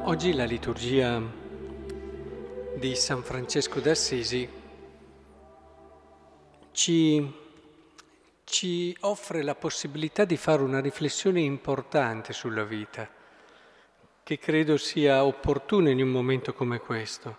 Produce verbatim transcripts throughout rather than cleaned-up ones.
Oggi la liturgia di San Francesco d'Assisi ci, ci offre la possibilità di fare una riflessione importante sulla vita, che credo sia opportuna in un momento come questo.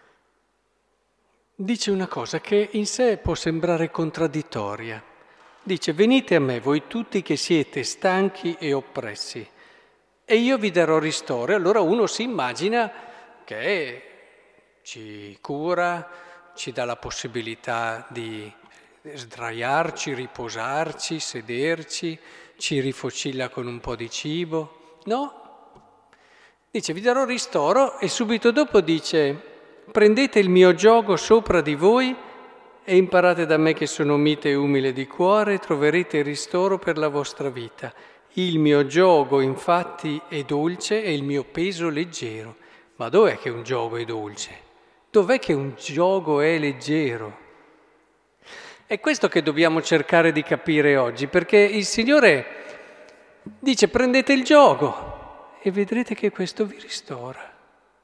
Dice una cosa che in sé può sembrare contraddittoria. Dice: venite a me voi tutti che siete stanchi e oppressi, e io vi darò ristoro. Allora uno si immagina che ci cura, ci dà la possibilità di sdraiarci, riposarci, sederci, ci rifocilla con un po' di cibo. No, dice: vi darò ristoro, e subito dopo dice: prendete il mio giogo sopra di voi e imparate da me che sono mite e umile di cuore, e troverete ristoro per la vostra vita. Il mio giogo infatti è dolce e il mio peso leggero. Ma dov'è che un giogo è dolce? Dov'è che un giogo è leggero? È questo che dobbiamo cercare di capire oggi, perché il Signore dice: prendete il giogo e vedrete che questo vi ristora.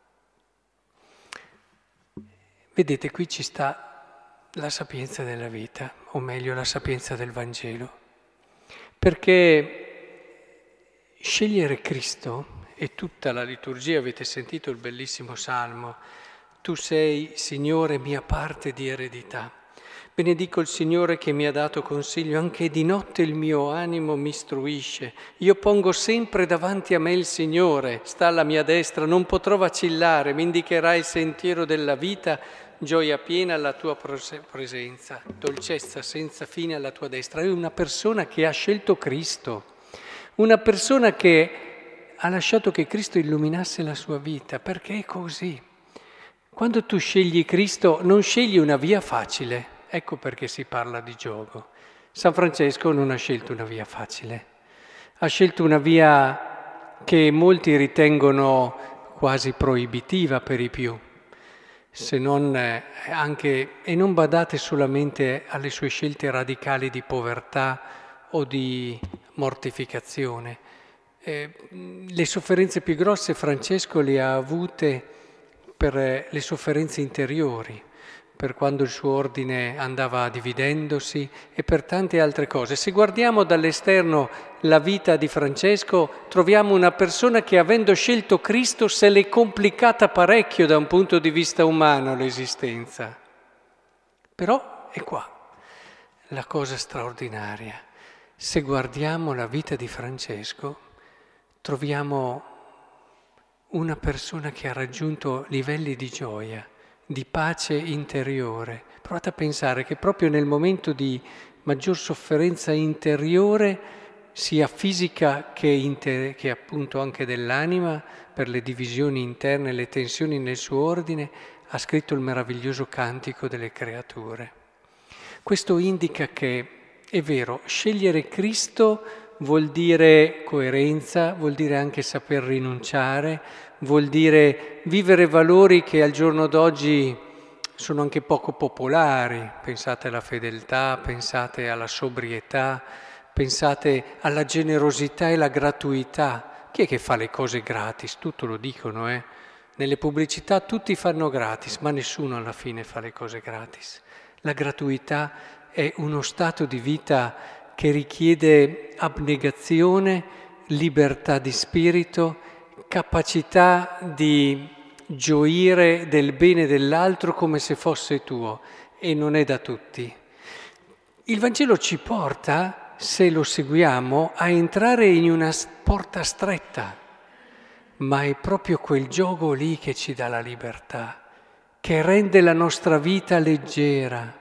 Vedete, qui ci sta la sapienza della vita, o meglio la sapienza del Vangelo, perché scegliere Cristo, e tutta la liturgia, avete sentito il bellissimo salmo: tu sei, Signore, mia parte di eredità. Benedico il Signore che mi ha dato consiglio, anche di notte il mio animo mi istruisce. Io pongo sempre davanti a me il Signore, sta alla mia destra, non potrò vacillare, mi indicherà il sentiero della vita, gioia piena alla tua presenza, dolcezza senza fine alla tua destra. È una persona che ha scelto Cristo, una persona che ha lasciato che Cristo illuminasse la sua vita, perché è così. Quando tu scegli Cristo non scegli una via facile, ecco perché si parla di giogo. San Francesco non ha scelto una via facile, ha scelto una via che molti ritengono quasi proibitiva per i più, se non anche, e non badate solamente alle sue scelte radicali di povertà o di mortificazione. Eh, le sofferenze più grosse Francesco le ha avute per le sofferenze interiori, per quando il suo ordine andava dividendosi e per tante altre cose. Se guardiamo dall'esterno la vita di Francesco, troviamo una persona che, avendo scelto Cristo, se l'è complicata parecchio da un punto di vista umano l'esistenza. Però è qua la cosa straordinaria. Se guardiamo la vita di Francesco, troviamo una persona che ha raggiunto livelli di gioia, di pace interiore. Provate a pensare che proprio nel momento di maggior sofferenza interiore, sia fisica che, inter- che appunto anche dell'anima, per le divisioni interne, le tensioni nel suo ordine, ha scritto il meraviglioso Cantico delle creature. Questo indica che, è vero, scegliere Cristo vuol dire coerenza, vuol dire anche saper rinunciare, vuol dire vivere valori che al giorno d'oggi sono anche poco popolari. Pensate alla fedeltà, pensate alla sobrietà, pensate alla generosità e alla gratuità. Chi è che fa le cose gratis? Tutto lo dicono, eh? Nelle pubblicità tutti fanno gratis, ma nessuno alla fine fa le cose gratis. La gratuità è uno stato di vita che richiede abnegazione, libertà di spirito, capacità di gioire del bene dell'altro come se fosse tuo, e non è da tutti. Il Vangelo ci porta, se lo seguiamo, a entrare in una porta stretta, ma è proprio quel gioco lì che ci dà la libertà, che rende la nostra vita leggera.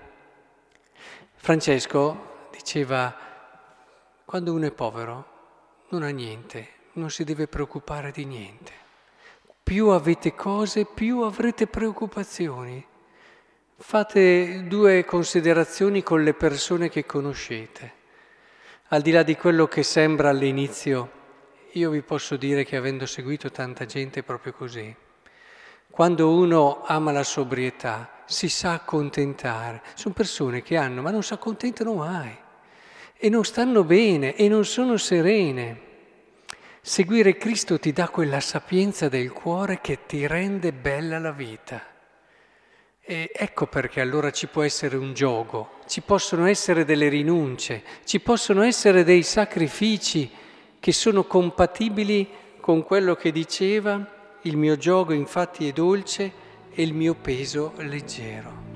Francesco diceva: quando uno è povero non ha niente, non si deve preoccupare di niente. Più avete cose, più avrete preoccupazioni. Fate due considerazioni con le persone che conoscete. Al di là di quello che sembra all'inizio, io vi posso dire che, avendo seguito tanta gente, è proprio così. Quando uno ama la sobrietà, si sa accontentare. Sono persone che hanno, ma non si accontentano mai. E non stanno bene e non sono serene. Seguire Cristo ti dà quella sapienza del cuore che ti rende bella la vita. E ecco perché allora ci può essere un gioco, ci possono essere delle rinunce, ci possono essere dei sacrifici che sono compatibili con quello che diceva: il mio giogo infatti è dolce e il mio peso leggero.